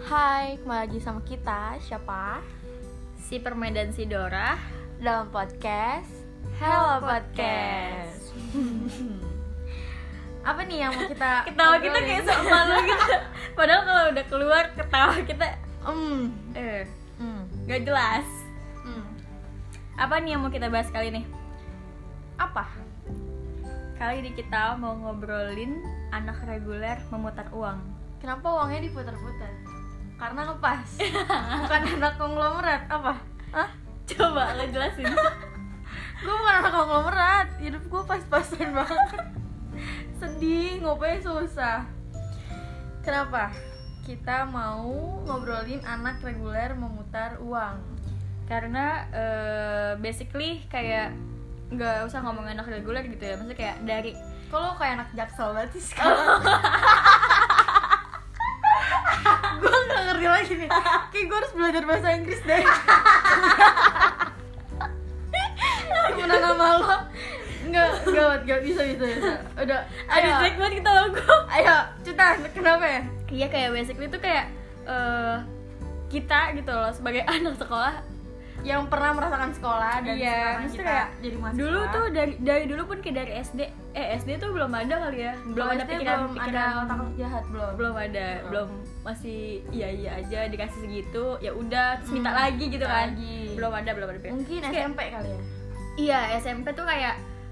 Hai, kembali lagi sama kita. Siapa? Si Permen dan si Dora Dalam podcast Hello Podcast. Apa nih yang mau kita ketawa kita obrolin? kayak sok malu gitu. Padahal kalau udah keluar ketawa kita gak jelas. Apa nih yang mau kita bahas kali nih? Apa? Kali ini kita mau ngobrolin anak reguler memutar uang. Kenapa uangnya diputar-putar? Karena ngepas. Bukan anak konglomerat. Apa? Hah? Coba lo jelasin. Gue bukan anak konglomerat. Hidup gue pas-pasan banget. Sedih, ngopenya susah. Kenapa? Kita mau ngobrolin anak reguler memutar uang. Karena basically kayak nggak usah ngomong anak reguler gitu ya. Maksudnya kayak dari Kalau kayak anak jaksel banget sih sekarang. Gue gak ngerti lagi nih. Kayak gue harus belajar bahasa Inggris deh. Temenan sama lo. Gak bisa. Udah, ada ayo. jelek banget kita logo. Ayo, Cutan, kenapa ya? Iya kayak basically tuh kayak kita gitu loh sebagai anak sekolah Yang pernah merasakan sekolah dan sekarang maksudnya kita kayak jadi mahasiswa. dulu tuh dari dulu pun kayak dari SD tuh belum ada kali ya, belum Kalau ada SD pikiran belum ada otak jahat belum ada, belum masih iya aja dikasih segitu ya udah terus minta lagi gitu kan, lagi. belum ada Mungkin Terus kayak, SMP kali ya. iya SMP tuh kayak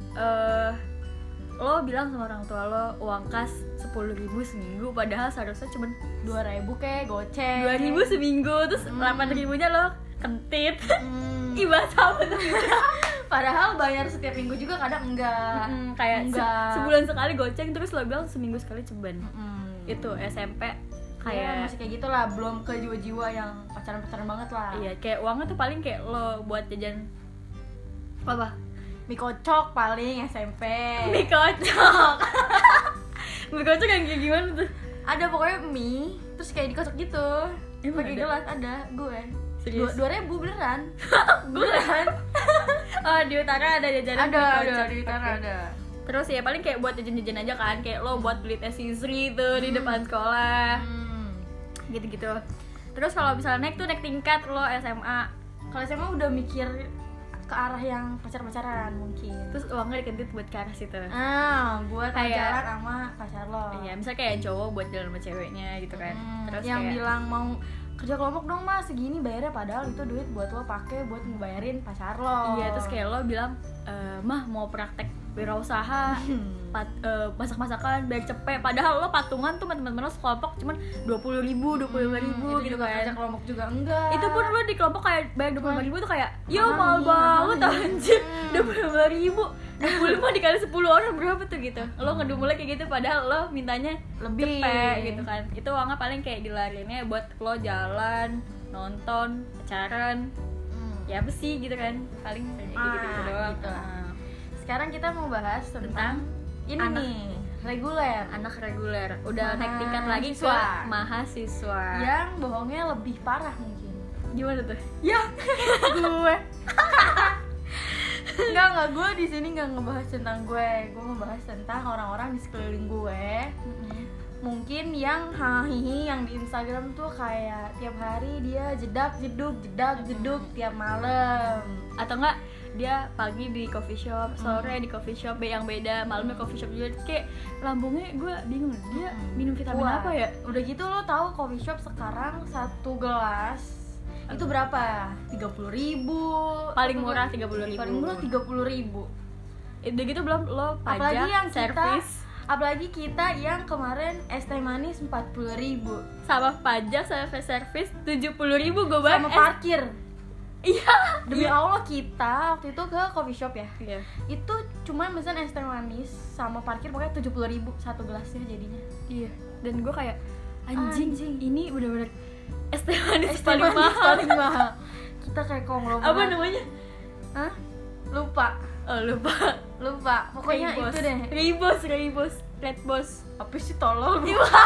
lo bilang sama orang tua lo uang kas 10.000 seminggu padahal seharusnya cuma 2.000 kayak goceng. 2.000 seminggu terus 8.000 nya lo kentit. Ih bahasa apa tuh? Padahal bayar setiap minggu juga kadang enggak. Kayak Enggak. sebulan sekali goceng terus lo bilang seminggu sekali ceban. Itu SMP Kayak kayak masih kayak gitulah, belum ke jiwa-jiwa yang pacaran banget lah. iya kayak uangnya tuh paling kayak lo buat jajan apa? Mie kocok paling SMP. Mie kocok. Mie kocok yang kayak gimana tuh? Ada pokoknya mie, terus kayak dikocok gitu. Emang Pakai ada? gelas ada gue. Serius? 2.000 beneran. Beneran. Oh di utara ada jajanan mie Ada kocok. di utara Oke. ada. Terus ya paling kayak buat jajan-jajan aja kan, kayak lo buat beli tes Sisri tuh di depan sekolah. Gitu-gitu. Terus kalau misalnya naik tingkat lo SMA, Kalau SMA udah mikir ke arah yang pacaran mungkin. terus uangnya dikentit buat ke arah situ. Buat Kayak- jalan sama pacar lo. Iya, misalnya kayak cowok buat jalan sama ceweknya gitu kan. Terus yang kayak bilang mau kerja kelompok dong mas, segini bayarnya, padahal itu duit buat lo pakai buat ngebayarin pacar lo. iya, terus kayak lo bilang mah mau praktek wirausaha, masak-masakan biar cepet. Padahal lo patungan tuh teman-teman lo sekelompok cuman 20.000, 25.000 itu gitu juga kan. kerja kelompok juga enggak. Itu pun lo di kelompok kayak bayar 25.000 tuh kayak ya Mahal mahal nih, banget anjir. 25.000 25 dikali 10 orang berapa tuh gitu. Lo ngedumulnya kayak gitu padahal lo mintanya Lebih. cepet gitu kan. Itu uangnya paling kayak dilariinnya buat lo jalan, nonton, pacaran. Ya apa sih gitu kan. Paling kayak gitu doang. gitu. Sekarang kita mau bahas tentang ini anak- nih, reguler. Anak reguler udah naik tingkat lagi ke Mahasiswa. mahasiswa. Yang bohongnya lebih parah mungkin. Gimana tuh? Ya, gue. Enggak, gue di sini nggak ngebahas tentang gue. Gue ngebahas tentang orang-orang di sekeliling gue. Mungkin yang hahihi yang di Instagram tuh kayak tiap hari dia jedak jeduk tiap malam. Atau enggak dia pagi di coffee shop, sore di coffee shop yang beda, malamnya coffee shop juga. Kayak lambungnya gue bingung, dia minum vitamin Wah, apa ya? Udah gitu lo tahu coffee shop sekarang satu gelas itu berapa? 30.000. Paling murah 30.000. Paling murah 30.000. Udah gitu belum lo pajak, Apalagi yang servis, apalagi kita yang kemarin es teh manis 40.000 sama pajak, sama servis 70.000 gue bayar. sama parkir. Iya. Demi Allah kita waktu itu ke coffee shop ya. Iya. Itu cuma pesan es teh manis sama parkir pokoknya 70.000 satu gelasnya jadinya. Iya. Dan gue kayak anjing. Ini bener-bener es teh manis Es teh paling manis mahal. paling mahal. Kita kayak konglomerat. Apa namanya? Hah? Lupa. Oh lupa. Pokoknya Reibos. itu deh. Reibos, Red Boss. Apa sih tolol?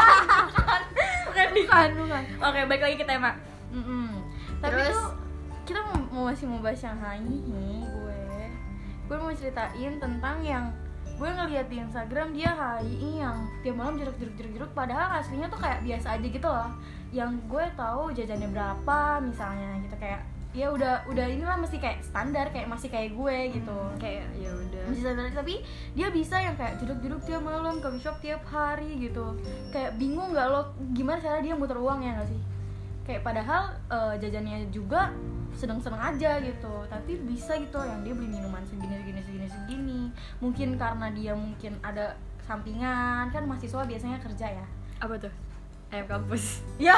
Bukan. Oke, balik lagi ke tema. Tapi Terus? tuh kita masih mau bahas yang hahihi gue mau ceritain tentang yang gue ngeliat di Instagram dia HII yang tiap malam jeruk padahal aslinya tuh kayak biasa aja gitu loh. Yang gue tahu jajannya berapa misalnya gitu, kayak ya udah inilah mesti kayak standar, kayak masih kayak gue gitu. Kayak ya udah Masih standar, tapi dia bisa yang kayak jeruk tiap malam, coffee shop tiap hari gitu. Kayak bingung nggak lo gimana cara dia muter uang ya nggak sih? Kayak padahal jajannya juga seneng-seneng aja gitu, tapi bisa gitu yang dia beli minuman segini. Mungkin karena dia mungkin ada sampingan, kan mahasiswa biasanya kerja ya. apa tuh? Ayam kampus. Ya.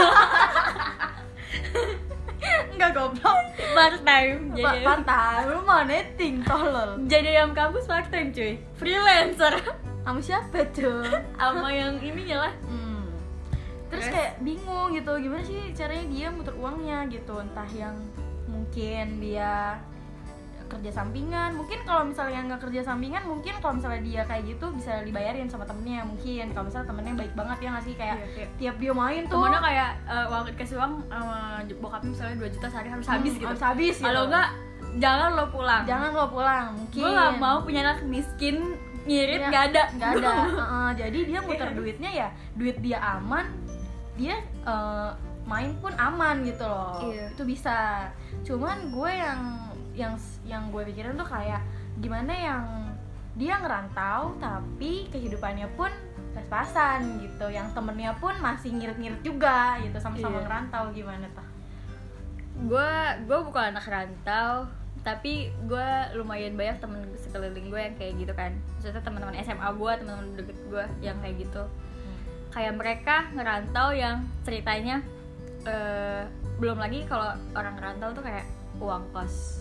Enggak goblok. Part time. Part-time, lu mau netting tolol. Jadi ayam kampus part time cuy. Freelancer. Sama siapa tuh? Sama yang ininya lah. Terus kayak bingung gitu, gimana sih caranya dia muter uangnya gitu. Entah yang mungkin dia kerja sampingan, mungkin kalau misalnya nggak kerja sampingan, mungkin kalau misalnya dia kayak gitu bisa dibayarin sama temennya. Mungkin kalau misalnya temennya baik banget ya nggak sih, kayak tiap dia main tuh temennya kayak uang dikasih uang sama bokapnya misalnya 2 juta sehari harus habis gitu. Harus habis gitu. Kalau enggak jangan lo pulang. Mungkin Gue nggak mau punya anak miskin ngirit ya, nggak ada. Jadi dia muter duitnya ya duit dia aman, dia main pun aman gitu loh. Itu bisa. Cuman gue yang gue pikirin tuh kayak gimana yang dia ngerantau tapi kehidupannya pun pas-pasan gitu, yang temennya pun masih ngirit-ngirit juga gitu, sama-sama ngerantau. Gimana tuh? Gue bukan anak rantau, tapi gue lumayan banyak temen sekeliling gue yang kayak gitu kan. Maksudnya teman-teman SMA gue, teman-teman deket gue yang kayak gitu. Kayak mereka ngerantau yang ceritanya belum lagi kalau orang ngerantau tuh kayak uang kos,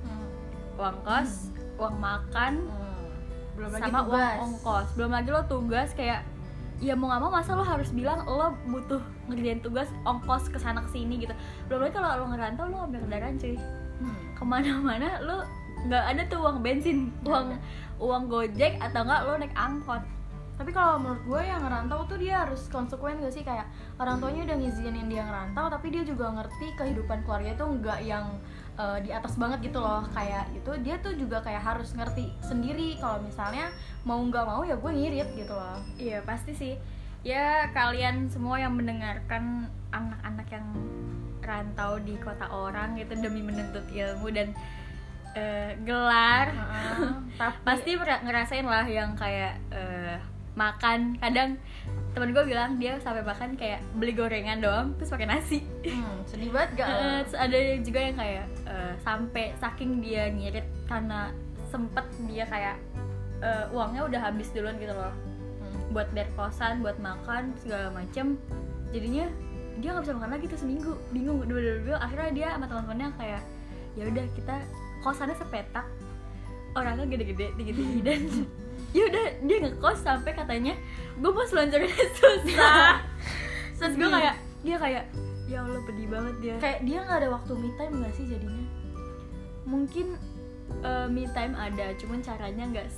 uang makan, belum lagi sama tugas. uang ongkos. Belum lagi lo tugas, kayak ya mau nggak mau masa lo harus bilang lo butuh ngerjain tugas ongkos kesana kesini gitu. Belum lagi kalau lo ngerantau lo ambil kendaraan cuy, kemana-mana lo nggak ada tuh uang bensin, uang gojek atau nggak lo naik angkot. Tapi kalau menurut gue yang ngerantau tuh dia harus konsekuen gak sih, kayak orang tuanya udah ngizinin dia ngerantau tapi dia juga ngerti kehidupan keluarga itu nggak yang di atas banget gitu loh. Kayak itu dia tuh juga kayak harus ngerti sendiri kalau misalnya mau nggak mau ya gue ngirit gitu loh. Iya pasti sih ya, kalian semua yang mendengarkan anak-anak yang rantau di kota orang gitu demi menuntut ilmu dan gelar, pasti ngerasain lah yang kayak makan. Kadang temen gue bilang dia sampai makan kayak beli gorengan doang terus pakai nasi. Sedih banget gak? Terus ada juga yang kayak sampai saking dia ngirit karena sempet dia kayak uangnya udah habis duluan gitu loh, buat bayar kosan, buat makan segala macem. Jadinya dia nggak bisa makan lagi tuh seminggu, bingung dulu. Akhirnya dia sama teman-temannya kayak ya udah kita kosannya sepetak, orangnya gede-gede tinggi-tinggi dan ya udah dia ngekos sampai katanya gue mau selonjorannya susah. Terus gue kayak dia kayak ya Allah pedih banget dia. Kayak dia nggak ada waktu me time nggak sih jadinya? Mungkin me time ada, cuman caranya nggak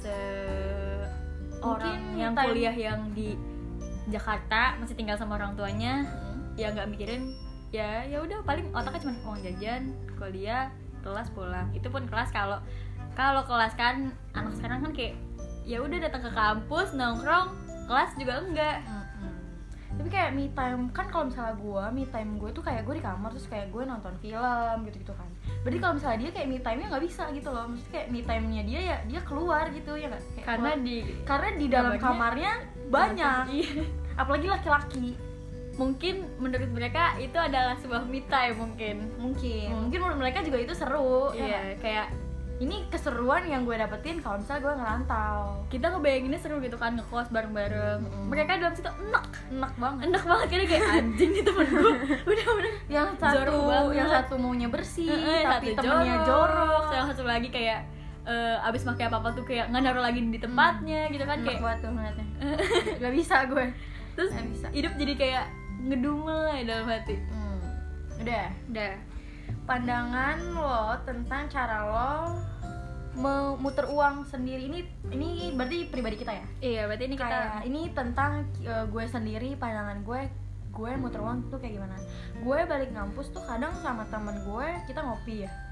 orang yang kuliah yang di Jakarta masih tinggal sama orang tuanya, ya nggak mikirin ya udah paling otaknya cuma uang jajan, kuliah, kelas, pulang. Itu pun kelas kalau kelas kan anak sekarang kan kayak ya udah datang ke kampus nongkrong, kelas juga enggak. Tapi kayak me time kan, kalau misalnya gue me time gue tuh kayak gue di kamar terus kayak gue nonton film gitu kan. Berarti kalau misalnya dia kayak me time-nya nggak bisa gitu loh. Maksudnya kayak me time-nya dia ya dia keluar gitu ya nggak? Karena di dalam kamarnya banyak. Apalagi laki-laki. Mungkin menurut mereka itu adalah sebuah me time mungkin menurut mereka juga itu seru. Iya, kayak ini keseruan yang gue dapetin kalau misalnya gue ngerantau. Kita ngebayanginnya seru gitu kan, ngekos bareng-bareng. Mereka dalam situ enak banget karena kayak anjing nih temen gue. Udah yang satu maunya bersih tapi satu temennya jorok. Yang satu lagi kayak abis pakai apa tuh kayak nggak naruh lagi di tempatnya gitu kan. Kayak buat tuh ngeliatnya. Gak bisa gue. Terus bisa. Hidup jadi kayak ngedumel ya dalam hati. Udah. Pandangan lo tentang cara lo memuter uang sendiri ini berarti pribadi kita ya? Iya, berarti ini kita ini tentang gue sendiri, pandangan gue muter uang tuh kayak gimana. Gue balik kampus tuh kadang sama temen gue kita ngopi ya.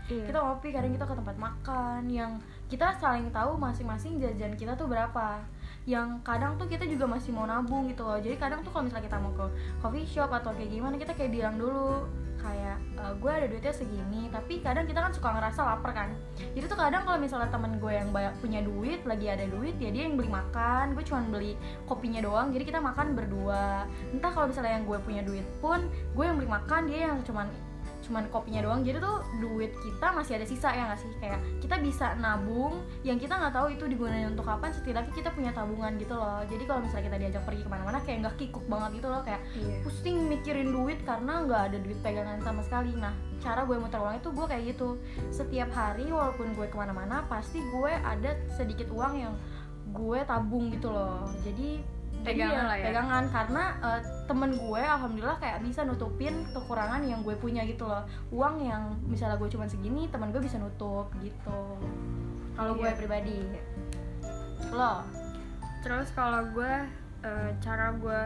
Kita ngopi, kadang kita ke tempat makan yang kita saling tahu masing-masing jajan kita tuh berapa, yang kadang tuh kita juga masih mau nabung gitu loh. Jadi kadang tuh kalau misalnya kita mau ke coffee shop atau kayak gimana, kita kayak bilang dulu kayak gue ada duitnya segini, tapi kadang kita kan suka ngerasa lapar kan. Jadi tuh kadang kalau misalnya teman gue yang banyak punya duit, lagi ada duit, ya dia yang beli makan, gue cuma beli kopinya doang, jadi kita makan berdua. Entah kalau misalnya yang gue punya duit pun, gue yang beli makan, dia yang cuman kopinya doang. Jadi tuh duit kita masih ada sisa, ya nggak sih? Kayak kita bisa nabung yang kita nggak tahu itu digunakan untuk kapan, setidaknya kita punya tabungan gitu loh. Jadi kalau misalnya kita diajak pergi kemana-mana kayak nggak kikuk banget gitu loh, kayak pusing mikirin duit karena nggak ada duit pegangan sama sekali. Nah, cara gue muter uang itu gue kayak gitu, setiap hari walaupun gue kemana-mana pasti gue ada sedikit uang yang gue tabung gitu loh. Jadi pegangan lah ya, pegangan, karena temen gue alhamdulillah kayak bisa nutupin kekurangan yang gue punya gitu loh. Uang yang misalnya gue cuma segini, temen gue bisa nutup gitu. Kalau gue pribadi. Lo? Terus kalau gue cara gue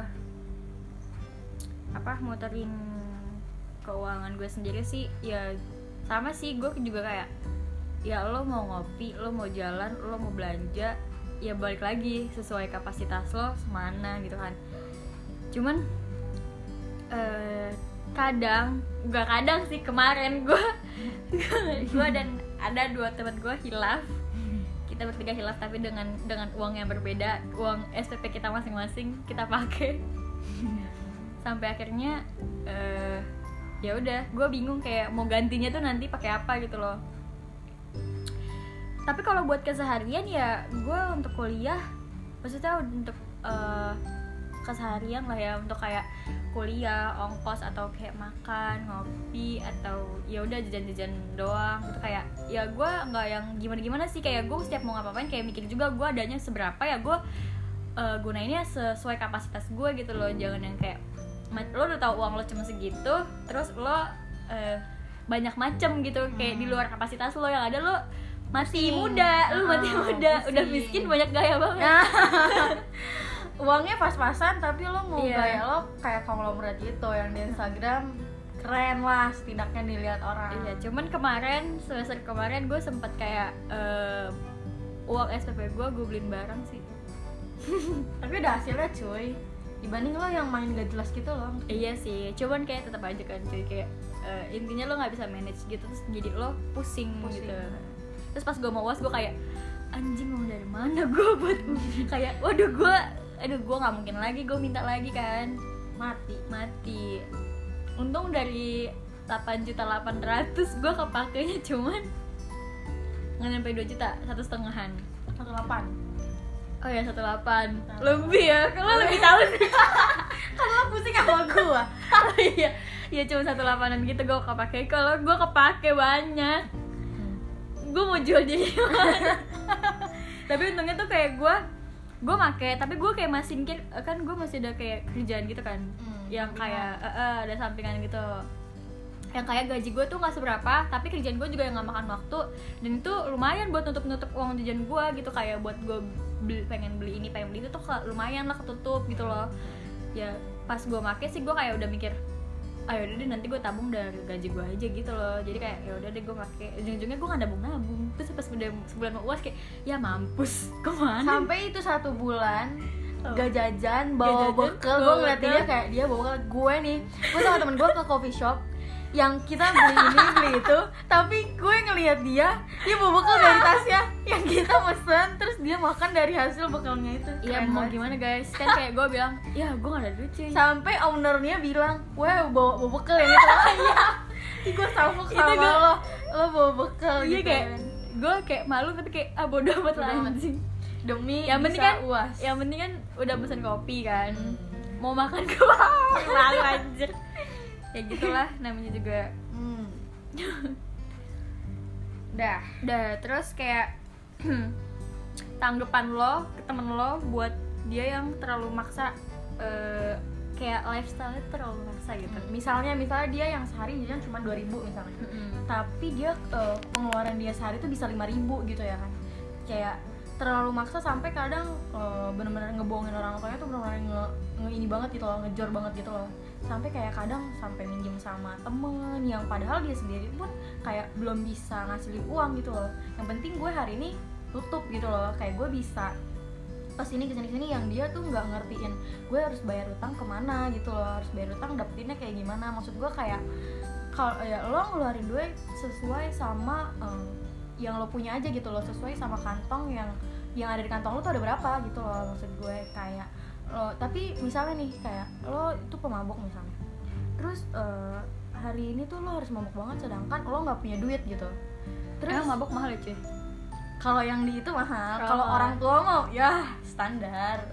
muterin keuangan gue sendiri sih ya sama sih. Gue juga kayak ya lo mau ngopi, lo mau jalan, lo mau belanja, ya balik lagi sesuai kapasitas lo semana gitu kan. Cuman kadang sih kemarin gue dan ada 2 teman gue hilaf. Kita bertiga hilaf tapi dengan uang yang berbeda, uang SPP kita masing-masing kita pakai. Sampai akhirnya ya udah, gue bingung kayak mau gantinya tuh nanti pakai apa gitu loh. Tapi kalau buat keseharian ya gue untuk kuliah, maksudnya untuk keseharian lah ya, untuk kayak kuliah, ongkos atau kayak makan, ngopi atau ya udah jajan-jajan doang gitu. Kayak ya gue nggak yang gimana-gimana sih, kayak gue setiap mau ngapa-ngapain kayak mikir juga gue adanya seberapa, ya gue gunainnya sesuai kapasitas gue gitu loh. Jangan yang kayak lo udah tahu uang lo cuma segitu terus lo banyak macem gitu kayak di luar kapasitas lo, yang ada lo mati muda, udah miskin banyak gaya banget. Uangnya pas-pasan tapi lo mau gaya lo kayak konglomerat gitu yang di Instagram keren lah setidaknya dilihat orang. Iya, cuman semester kemarin gue sempet kayak uang SPP gue beliin barang sih. Tapi udah hasilnya cuy, dibanding lo yang main gak jelas gitu loh. Iya sih, cuman kayak tetap aja kan cuy, kayak intinya lo nggak bisa manage gitu, terus jadi lo pusing. Gitu. Terus pas gue mau UAS gue kayak anjing, mau dari mana gue buat kayak waduh gue nggak mungkin lagi, gue minta lagi kan, mati. Untung dari 8.800.000 gue kepakainya cuman nggak nyampe 2 juta, 1,5-an. 1,8. Oh ya 1,8 lebih ya, kalau lebih tahu sih. Kalau lo pusing sama gue. Oh iya, ya cuma 1,8-an gitu gue kepake. Kalau gue kepake banyak, gue mau jual diri. Tapi untungnya tuh kayak gue make, tapi gue kayak masih mikir kan gue masih ada kayak kerjaan gitu kan, yang kayak ada sampingan gitu, yang kayak gaji gue tuh nggak seberapa, tapi kerjaan gue juga yang nggak makan waktu, dan itu lumayan buat nutup uang jajan gue gitu. Kayak buat gue pengen beli ini pengen beli itu tuh lumayan lah ketutup gitu loh. Ya pas gue make sih gue kayak udah mikir ayo udah deh nanti gue tabung dari gaji gue aja gitu loh. Jadi kayak ya udah deh gue pakai, ujung-ujungnya gue nggak nabung. Terus pas sebulan mau UAS kayak ya mampus kemana. Sampai itu 1 bulan gak jajan, bawa bekal. Gue ngeliatin dia kayak dia bawa bekal. Gue nih, gue sama temen gue ke coffee shop yang kita beli ini beli itu, tapi gue ngeliat dia bawa bekal dari tasnya yang kita pesen, terus dia makan dari hasil bekalnya itu. Iya mau gimana guys, kan kayak gue bilang ya gue gak ada duit sih. Sampai ownernya bilang, wah bawa bekal yang itu. Iya, gue salfok sama lo bawa bekal iya, gitu. Kayak gue kayak malu tapi kayak bodo amat lah anjing. Demi yang bisa kan, UAS. Yang penting kan udah pesen kopi kan, mau makan gue malu anjir. Ya gitulah namanya juga. Dah terus kayak tanggapan lo ke temen lo buat dia yang terlalu maksa, kayak lifestyle-nya terlalu maksa gitu. Misalnya dia yang sehari jajan cuma 2.000 misalnya, tapi dia pengeluaran dia sehari itu bisa 5.000 gitu ya kan. Kayak terlalu maksa sampai kadang benar-benar ngebohongin orang tuanya tuh benar-benar ini banget gitu loh, ngejor banget gitu loh, sampai kayak kadang sampai minjem sama temen yang padahal dia sendiri pun kayak belum bisa ngasilin uang gitu loh. Yang penting gue hari ini tutup gitu loh, kayak gue bisa pas ini kesini yang dia tuh nggak ngertiin gue harus bayar utang kemana gitu loh, harus bayar utang dapetinnya kayak gimana. Maksud gue kayak kalau ya lo ngeluarin duit sesuai sama yang lo punya aja gitu loh, sesuai sama kantong yang ada di kantong lo tuh ada berapa gitu loh. Maksud gue kayak lo, tapi misalnya nih kayak lo itu pemabuk misalnya, terus hari ini tuh lo harus mabuk banget sedangkan lo nggak punya duit gitu. Terus mabuk mahal ya cuy? Kalau yang di itu mahal, kalau orang tua mau ya standar.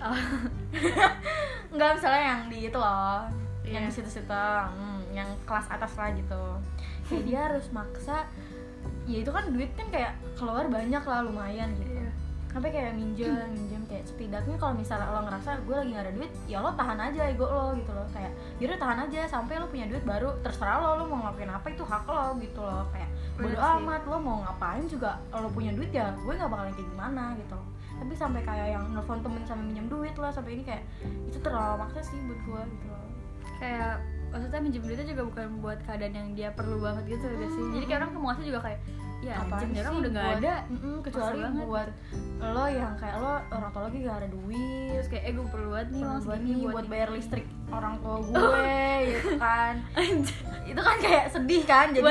Enggak, misalnya yang di itu loh, yang di situ-situ, yang kelas atas lah gitu. Kayak dia harus maksa, ya itu kan duit kan kayak keluar banyak lah, lumayan gitu. Sampai kayak minjem kayak setidaknya kalau misalnya lo ngerasa gue lagi gak ada duit, ya lo tahan aja ego lo gitu loh. Kayak yaudah tahan aja sampai lo punya duit baru terserah lo mau ngelakuin apa, itu hak lo gitu loh. Kayak bodo amat lo mau ngapain juga, lo punya duit ya gue gak bakalan kayak gimana gitu. Tapi sampai kayak yang nelfon temen sampai minjem duit lah, sampai ini kayak itu terlalu maksa sih buat gue gitu loh. Kayak maksudnya minjem duitnya juga bukan buat keadaan yang dia perlu banget gitu udah sih. Jadi kayak orang kemuasnya juga kayak ya anjing orang udah gak ada, kecuali buat lo yang kayak lo orang tua lagi gak ada duit, terus kayak gue perlu banget nih uang segini buat bayar listrik orang tua gue gitu kan. Itu kan kayak sedih kan, jadi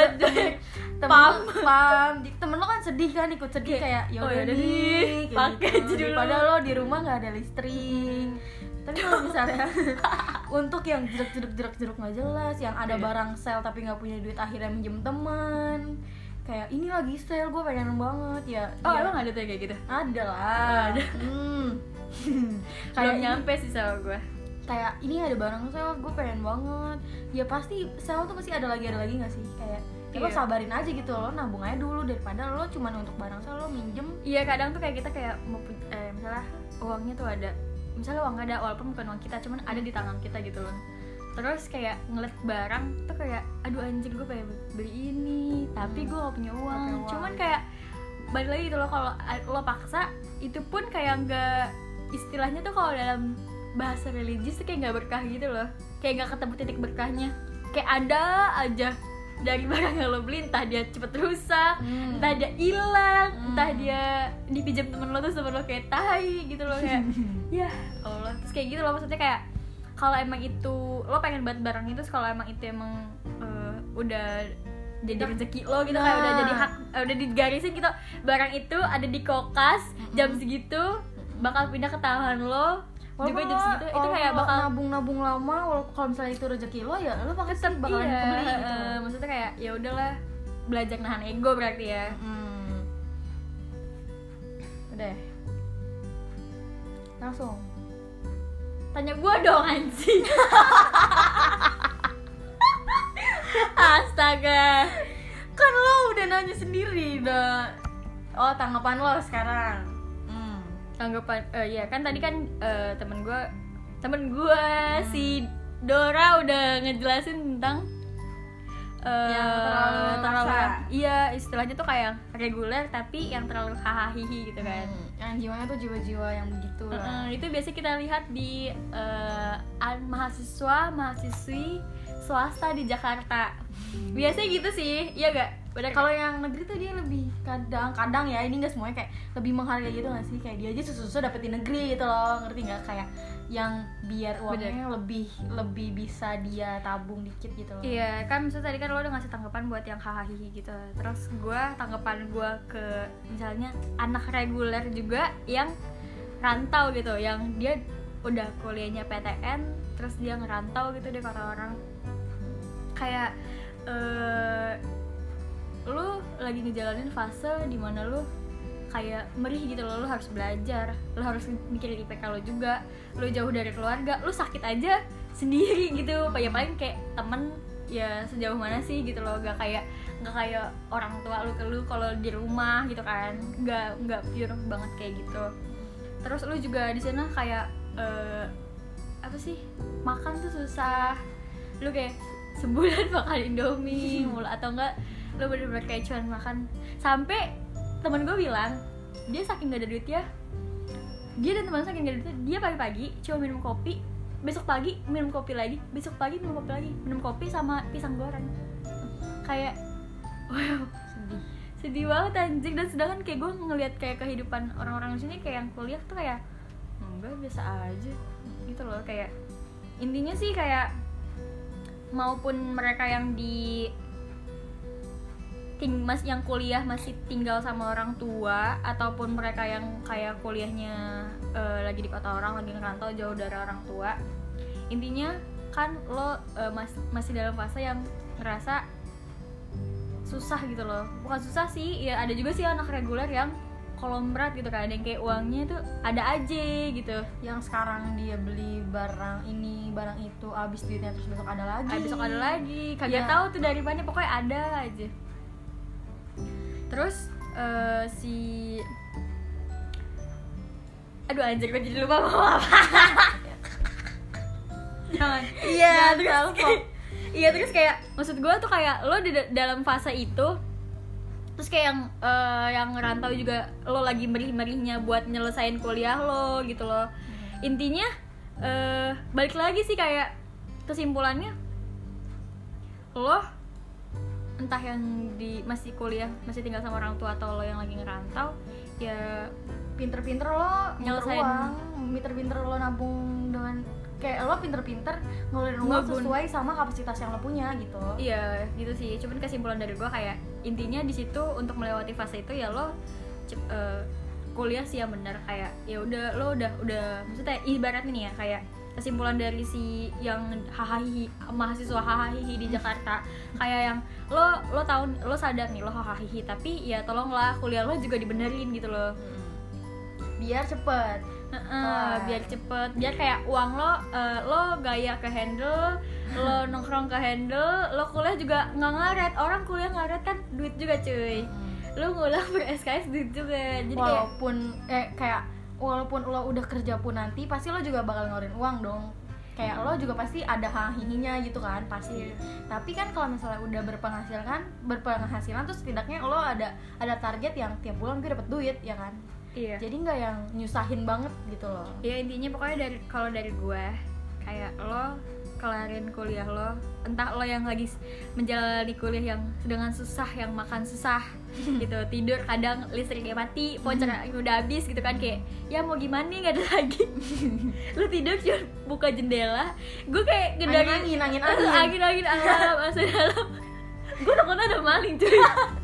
temen lo kan sedih kan, ikut sedih kayak ya udah nih pakai gitu. Padahal lo di rumah nggak ada listrik. Tapi kalau misalnya untuk yang jeruk nggak jelas, yang ada barang sale tapi nggak punya duit akhirnya minjem teman, kayak ini lagi sale gue pengen banget ya. Emang ada tuh kayak gitu? Ada lah. Kayak nyampe sih sama gue. Kayak ini ada barang sale gue pengen banget. Ya pasti sale tuh pasti ada lagi nggak sih? Kayak lo sabarin aja gitu, lo nabung aja dulu daripada lo cuma untuk barang sale lo minjem. Iya kadang tuh kayak kita kayak mau misalnya uangnya tuh ada, misalnya uang ada walaupun bukan uang kita, cuman ada di tangan kita gitu loh. Terus kayak ngeliat barang tuh kayak aduh anjing gue pengen beli ini tapi gue gak punya uang. Cuman kayak balik lagi gitu loh, kalau lo paksa itu pun kayak gak, istilahnya tuh kalau dalam bahasa religius tuh kayak gak berkah gitu loh, kayak gak ketemu titik berkahnya. Kayak ada aja dari barang yang lo beli, entah dia cepet rusak, entah dia hilang, entah dia dipinjam temen lo terus temen lo kayak tai gitu loh, kayak ya Allah. Terus kayak gitu loh, maksudnya kayak kalau emang itu lo pengen banget barang itu, kalau emang itu emang udah jadi rezeki lo gitu, kayak udah jadi hak, udah digarisin gitu, barang itu ada di kulkas jam segitu bakal pindah ke tangan lo juga jam segitu, itu kayak bakal nabung lama. Walaupun kalau misalnya itu rezeki lo ya lo pasti bakalan kebeli gitu. Maksudnya kayak ya udahlah, belajar nahan ego berarti ya. Udah langsung tanya gue dong anjing. Astaga, kan lo udah nanya sendiri dah. Oh, tanggapan lo sekarang. Tanggapan ya kan tadi kan temen gue si Dora udah ngejelasin tentang yang terlalu iya, istilahnya tuh kayak reguler tapi yang terlalu hahaha gitu kan. Yang jiwanya tuh jiwa-jiwa yang begitu lah. Itu biasa kita lihat di mahasiswa-mahasiswi swasta di Jakarta. Biasanya gitu sih, iya gak? Kalau yang negeri tuh dia lebih kadang-kadang ya, ini nggak semuanya, kayak lebih menghargai gitu nggak sih? Kayak dia aja susah-susah dapetin negeri gitu loh, ngerti nggak? Kayak yang biar uangnya lebih bisa dia tabung dikit gitu loh. Iya kan, misalnya tadi kan lo udah ngasih tanggapan buat yang hahaha gitu. Terus tanggapan gue ke misalnya anak reguler juga yang rantau gitu, yang dia udah kuliahnya PTN terus dia ngerantau gitu deh, kata orang kayak lu lagi ngejalanin fase dimana lu kayak merih gitu loh, lu harus belajar, lu harus mikirin IPK lo juga, lu jauh dari keluarga, lu sakit aja sendiri gitu, ya paling kayak temen ya sejauh mana sih gitu loh, gak kayak orang tua lu ke lu kalau di rumah gitu kan, nggak pure banget kayak gitu. Terus lu juga di sana kayak apa sih, makan tuh susah, lu kayak sebulan makan Indomie mulu, atau enggak lu bener-bener kayak cuman makan. Sampai temen gue bilang dia saking gak ada duit ya, dia dan teman saking gak ada duit, dia pagi-pagi cuma minum kopi besok pagi minum kopi lagi, besok pagi minum kopi lagi, minum kopi sama pisang goreng. Kayak wow, sedih banget anjing. Dan sedangkan kayak gue ngelihat kayak kehidupan orang-orang di sini kayak yang kuliah tuh kayak enggak, biasa aja gitu loh. Kayak intinya sih kayak maupun mereka yang yang kuliah masih tinggal sama orang tua, ataupun mereka yang kayak kuliahnya lagi di kota orang, lagi ngerantau jauh dari orang tua, intinya kan lo masih dalam fase yang ngerasa susah gitu loh. Bukan susah sih, ya ada juga sih anak reguler yang kolomrat gitu kan, yang kayak uangnya tuh ada aja gitu, yang sekarang dia beli barang ini barang itu, abis duitnya terus besok ada lagi, kagak tahu tuh dari mana, pokoknya ada aja. Terus aduh anjir, gue jadi lupa mau apa. Jangan. Iya, terus kayak maksud gue tuh kayak lo di dalam fase itu, terus kayak yang ngerantau juga lo lagi merih-merihnya buat nyelesain kuliah lo gitu loh. Intinya balik lagi sih kayak kesimpulannya, lo entah yang masih kuliah, masih tinggal sama orang tua, atau lo yang lagi ngerantau, ya pinter-pinter lo nyelesain uang, pinter-pinter lo nabung dengan kayak lo pinter-pinter ngeluarin uang sesuai sama kapasitas yang lo punya gitu. Iya gitu sih. Cuman kesimpulan dari gue kayak intinya di situ untuk melewati fase itu ya lo kuliah sih yang benar. Kayak ya udah lo udah maksudnya ibaratnya nih ya, kayak kesimpulan dari si yang mahasiswa hahaha di Jakarta, kayak yang lo tahu, lo sadar nih lo hahaha, tapi ya tolonglah kuliah lo juga dibenerin gitu loh. Biar cepet. Biar cepet, biar kayak uang lo gaya ke handle, lo nongkrong ke handle, lo kuliah juga nggak ngaret. Orang kuliah ngaret kan duit juga cuy. Lo ngulang per SKS duit juga. Jadi walaupun lo udah kerja pun nanti pasti lo juga bakal ngeluarin uang dong. Kayak lo juga pasti ada hahihinya gitu kan pasti. Tapi kan kalau misalnya udah berpenghasilan tuh setidaknya lo ada target yang tiap bulan gue dapet duit ya kan. Iya. Jadi nggak yang nyusahin banget gitu loh. Ya intinya pokoknya kalau dari gue kayak lo kelarin kuliah lo, entah lo yang lagi menjalani kuliah yang dengan susah, yang makan susah gitu, tidur kadang listriknya mati, voucher udah habis gitu kan, kayak ya mau gimana nih, nggak ada lagi. Lo tidur cuma buka jendela, gue kayak angin alam masuk dalam, gue takutnya ada maling cuy.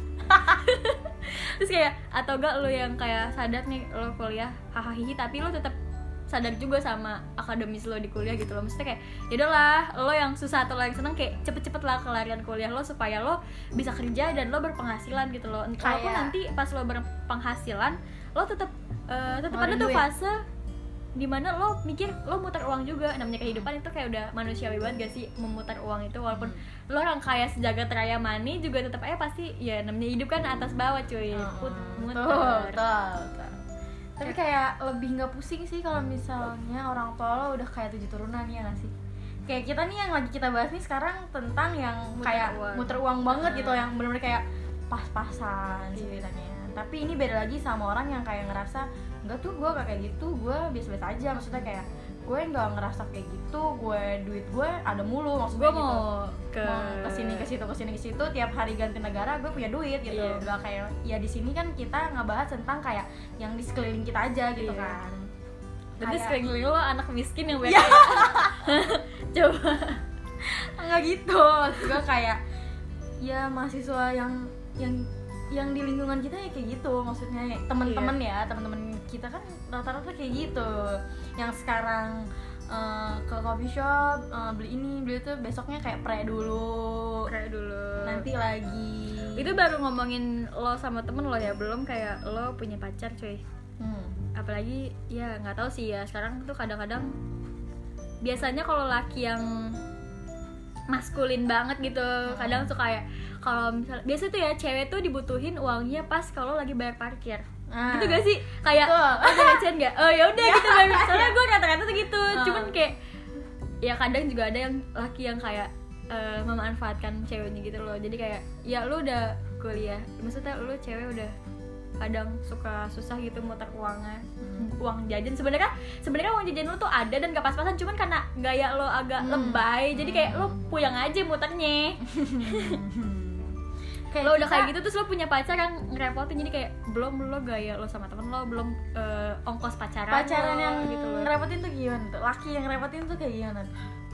Terus kayak atau enggak lo yang kayak sadar nih lo kuliah hahaha, tapi lo tetap sadar juga sama akademis lo di kuliah gitu loh. Maksudnya kayak yaudahlah, lo yang susah atau lo yang seneng kayak cepet-cepet lah kelarian kuliah lo supaya lo bisa kerja dan lo berpenghasilan gitu loh. Kalaupun nanti pas lo berpenghasilan lo tetap ada tuh fase dimana lo mikir lo muter uang juga. Namanya kehidupan itu kayak udah manusiawi banget gak sih, memutar uang itu. Walaupun lo orang kaya sejagat raya money juga tetap aja pasti ya namanya hidup kan atas bawah cuy, muter. Tapi kayak lebih nggak pusing sih kalau misalnya orang tua lo udah kayak 7 turunan ya nggak sih? Kayak kita nih yang lagi kita bahas nih sekarang tentang yang muter uang banget gitu, yang benar-benar kayak pas-pasan ceritanya. Tapi ini beda lagi sama orang yang kayak ngerasa enggak tuh gue kayak gitu, gue biasa-biasa aja. Maksudnya kayak gue nggak ngerasa kayak gitu, duit gue ada mulu, maksud gue gitu. Mau kesini ke situ tiap hari ganti negara gue punya duit gitu. Nggak kayak ya di sini kan kita ngebahas tentang kayak yang di sekeliling kita aja gitu kan. Berarti sekeliling lo anak miskin yang banyak coba nggak gitu. Maksud gue kayak ya mahasiswa yang di lingkungan kita ya kayak gitu. Maksudnya teman-teman ya, teman-teman kita kan rata-rata kayak gitu, yang sekarang ke coffee shop beli ini beli itu, besoknya kayak pre dulu nanti lagi. Itu baru ngomongin lo sama temen lo ya, belum kayak lo punya pacar cuy. Apalagi ya nggak tahu sih ya, sekarang tuh kadang-kadang biasanya kalau laki yang maskulin banget gitu kadang tuh kayak kalau misalnya biasa tuh ya cewek tuh dibutuhin uangnya pas kalau lagi bayar parkir. Gitu gak sih? Kayak ada recehan gak? Oh ya udah gitu bayar. Soalnya gue kata-kata tuh gitu. Cuman kayak ya kadang juga ada yang laki yang kayak memanfaatkan ceweknya gitu loh. Jadi kayak ya lu udah kuliah, maksudnya lu cewek udah kadang suka susah gitu muter uangnya, uang jajan. Sebenarnya uang jajan lo tuh ada dan gak pas-pasan, cuman karena gaya lo agak lebay, jadi kayak lo puyang aja muternya. Kayak lo udah kayak gitu terus lo punya pacar yang ngerepotin, jadi kayak belum lo gaya lo sama temen lo, belum ongkos pacaran lo, yang gitu lo. ngerepotin tuh gimana tuh? Laki yang ngerepotin tuh kayak gimana?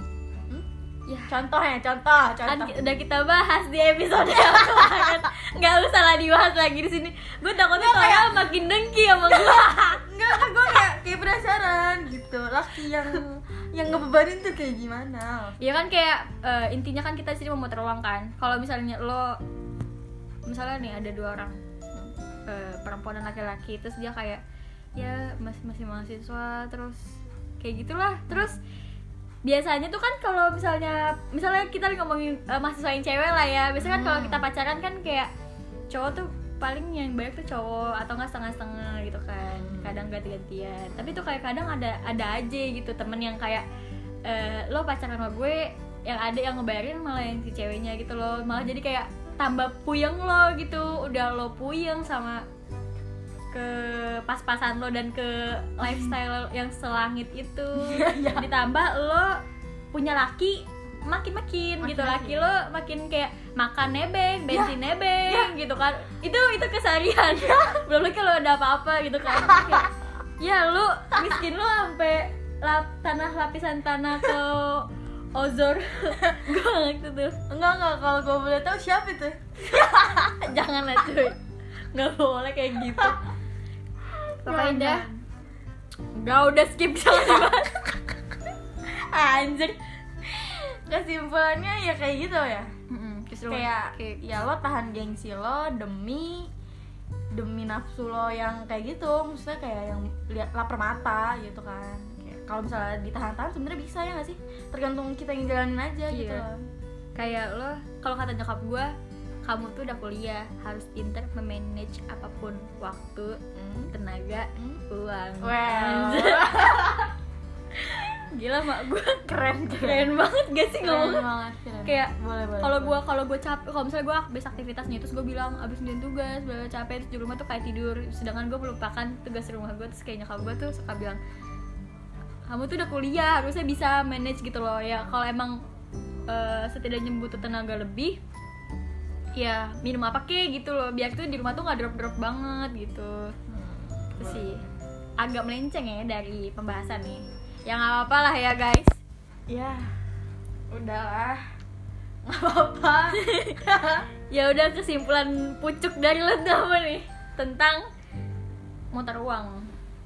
Ya. Contoh. Kan udah kita bahas di episode yang kemarin, nggak usah lah dibahas lagi di sini. Gue takutnya kayak makin dengki sama gue. Enggak, gue kayak penasaran gitu. Laki yang ngebebanin tuh kayak gimana? Ya kan kayak intinya kan kita di sini memutar uang kan. Kalau misalnya misalnya nih ada 2 orang, perempuan dan laki-laki, terus dia kayak ya masih mahasiswa, terus kayak gitulah. Terus biasanya tuh kan kalau misalnya kita ngomongin mahasiswa yang cewek lah ya, biasanya kan kalau kita pacaran kan kayak cowok tuh paling yang banyak tuh cowok, atau nggak setengah-setengah gitu kan, kadang ganti-gantian. Tapi tuh kayak kadang ada aja gitu temen yang kayak lo pacaran sama gue, yang ada yang ngebayarin malah yang si ceweknya gitu loh, malah jadi kayak tambah puyeng lo gitu. Udah lo puyeng sama ke pas-pasan lo dan ke lifestyle yang selangit itu, ditambah lo punya laki makin gitu, laki lo makin kayak makan nebeng, bensin nebeng gitu kan, itu keseharian. Belum lagi kalau ada apa-apa gitu kan, kayak, ya lo miskin lo sampai lapisan tanah ke ozor. Gue ngerti tuh. Enggak, kalau gue boleh tahu siapa itu? Jangan lah cuy, nggak boleh kayak gitu. Pokoknya udah skip, jangan dibahas. Anjir. Kesimpulannya ya kayak gitu ya. Kayak ya lo tahan gengsi lo demi nafsu lo yang kayak gitu, maksudnya kayak yang lihat lapar mata gitu kan. Kalau misalnya ditahan-tahan sebenarnya bisa ya nggak sih, tergantung kita yang jalanin aja gitu loh. Kayak lo, kalau kata nyokap gue, kamu tuh udah kuliah, harus pintar memanage apapun, waktu, tenaga, uang. Gila mak gue keren banget gak sih ngomong? Kayak kalau gue capek, kalau misalnya gue habis aktivitas nih, terus gue bilang abis ngerjain tugas, capek, terus di rumah tuh kayak tidur, sedangkan gue melupakan tugas rumah gue. Terus kayak nyokap gue tuh suka bilang, kamu tuh udah kuliah, harusnya bisa manage gitu loh ya. Kalau emang setidaknya butuh tenaga lebih, ya minum apa kek gitu loh, biar tuh di rumah tuh nggak drop banget gitu. Itu sih agak melenceng ya dari pembahasan nih, ya nggak apa-apa lah ya guys. Ya udahlah, nggak apa-apa. Ya udah, kesimpulan pucuk dari lo tuh apa nih tentang muter uang?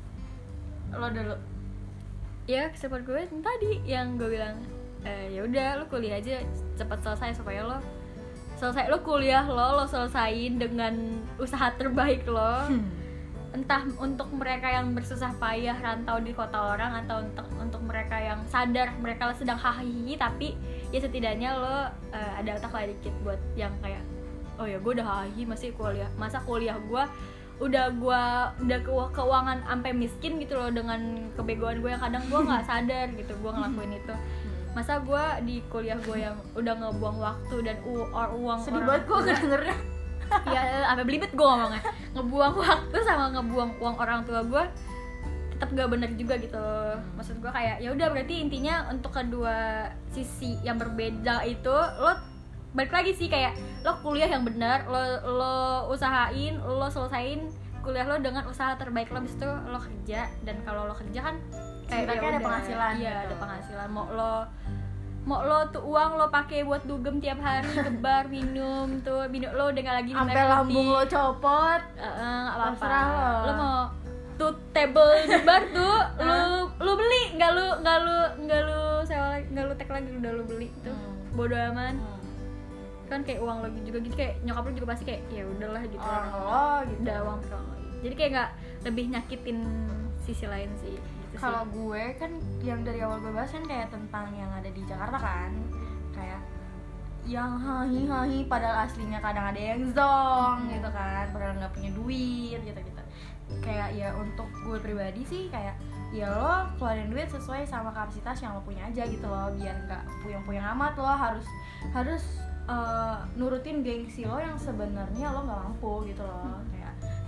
Lo dulu. Ya kesimpulan gue tadi yang gue bilang, ya udah lo kuliah aja cepat selesai, supaya lo kuliah lo selesain dengan usaha terbaik lo. Entah untuk mereka yang bersusah payah rantau di kota orang, atau untuk mereka yang sadar mereka sedang hahihi, tapi ya setidaknya lo ada otak lah dikit buat yang kayak, oh ya gue udah hahihi masih kuliah, masa kuliah gue udah keuangan sampai miskin gitu loh, dengan kebegoan gue yang kadang gue nggak sadar gitu gue ngelakuin itu. Masa gue di kuliah gue yang udah ngebuang waktu dan uang sedih banget gue ngedengernya. Ya sampai belibet gue ngomongnya, ngebuang waktu sama ngebuang uang orang tua gue, tetap gak bener juga gitu. Maksud gue kayak ya udah, berarti intinya untuk kedua sisi yang berbeda itu lo balik lagi sih, kayak lo kuliah yang benar, lo usahain, lo selesain kuliah lo dengan usaha terbaik lo, habis itu lo kerja. Dan kalau lo kerja kan kayak ada penghasilan. Iya, gitu. ada penghasilan. Mau lo tuh uang lo pakai buat dugem tiap hari ke bar, minum lo udah gak lagi minum sampai lambung lo copot, nggak apa-apa. Terserah lo mau tuh table di bar tuh lu beli, nggak lu sewa, nggak lu tag lagi, udah lu beli tuh, bodo aman. Kan kayak uang lo juga gitu, kayak nyokap lo juga pasti kayak ya udahlah gitu, gitu. Udah uang lo, jadi kayak nggak lebih nyakitin sisi lain sih. Kalau gue kan yang dari awal gue bahas kan kayak tentang yang ada di Jakarta kan, kayak yang hahi padahal aslinya kadang ada yang zong gitu kan, padahal nggak punya duit gitu. Kayak ya untuk gue pribadi sih kayak ya lo keluarin duit sesuai sama kapasitas yang lo punya aja gitu loh, biar nggak puyeng-puyeng amat. Lo harus nurutin gengsi lo yang sebenarnya lo nggak mampu gitu loh. Kayak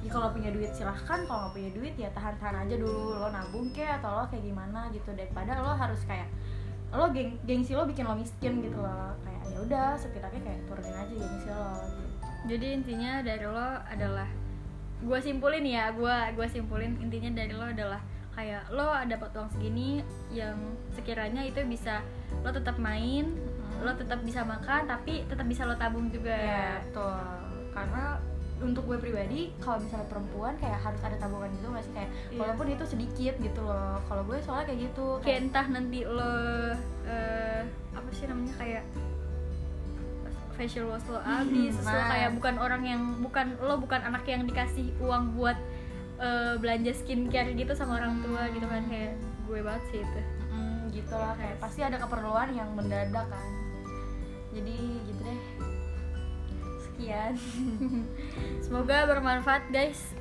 ya kalau punya duit silahkan, kalau nggak punya duit ya tahan-tahan aja dulu, lo nabung kayak atau lo kayak gimana gitu, daripada lo harus kayak lo gengsi lo bikin lo miskin gitu loh. Kayak ya udah setidaknya kayak turunin aja gengsi lo gitu. Jadi intinya dari lo adalah, gue simpulin ya, gue simpulin intinya dari lo adalah kayak lo dapat uang segini yang sekiranya itu bisa lo tetap main, lo tetap bisa makan, tapi tetap bisa lo tabung juga. Ya betul, karena untuk gue pribadi kalau misalnya perempuan kayak harus ada tabungan gitu nggak sih, kayak walaupun itu sedikit gitu loh. Kalau gue soalnya kayak gitu, kayak entah nanti lo apa sih namanya, kayak facial wash lo habis, terus lo kayak bukan orang yang bukan anak yang dikasih uang buat belanja skincare gitu sama orang tua gitu kan, kayak gue banget sih itu. Gitu lah, kayak pasti ada keperluan yang mendadak kan. Jadi gitu deh. Sekian. Semoga bermanfaat guys.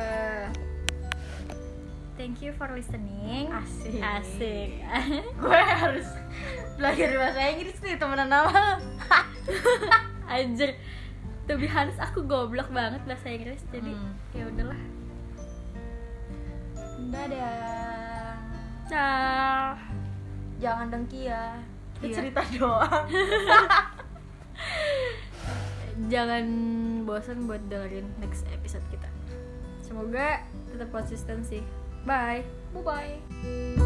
Thank you for listening. Asik. Gue harus belajar bahasa Inggris nih temenan nama. Anjir, to be honest aku goblok banget bahasa Inggris, jadi ya udahlah. Dadah. Dah. Jangan dengki ya. Kita Iya. cerita doang. Jangan bosan buat dengerin next episode kita. Semoga tetap konsisten sih. Bye. Bye bye.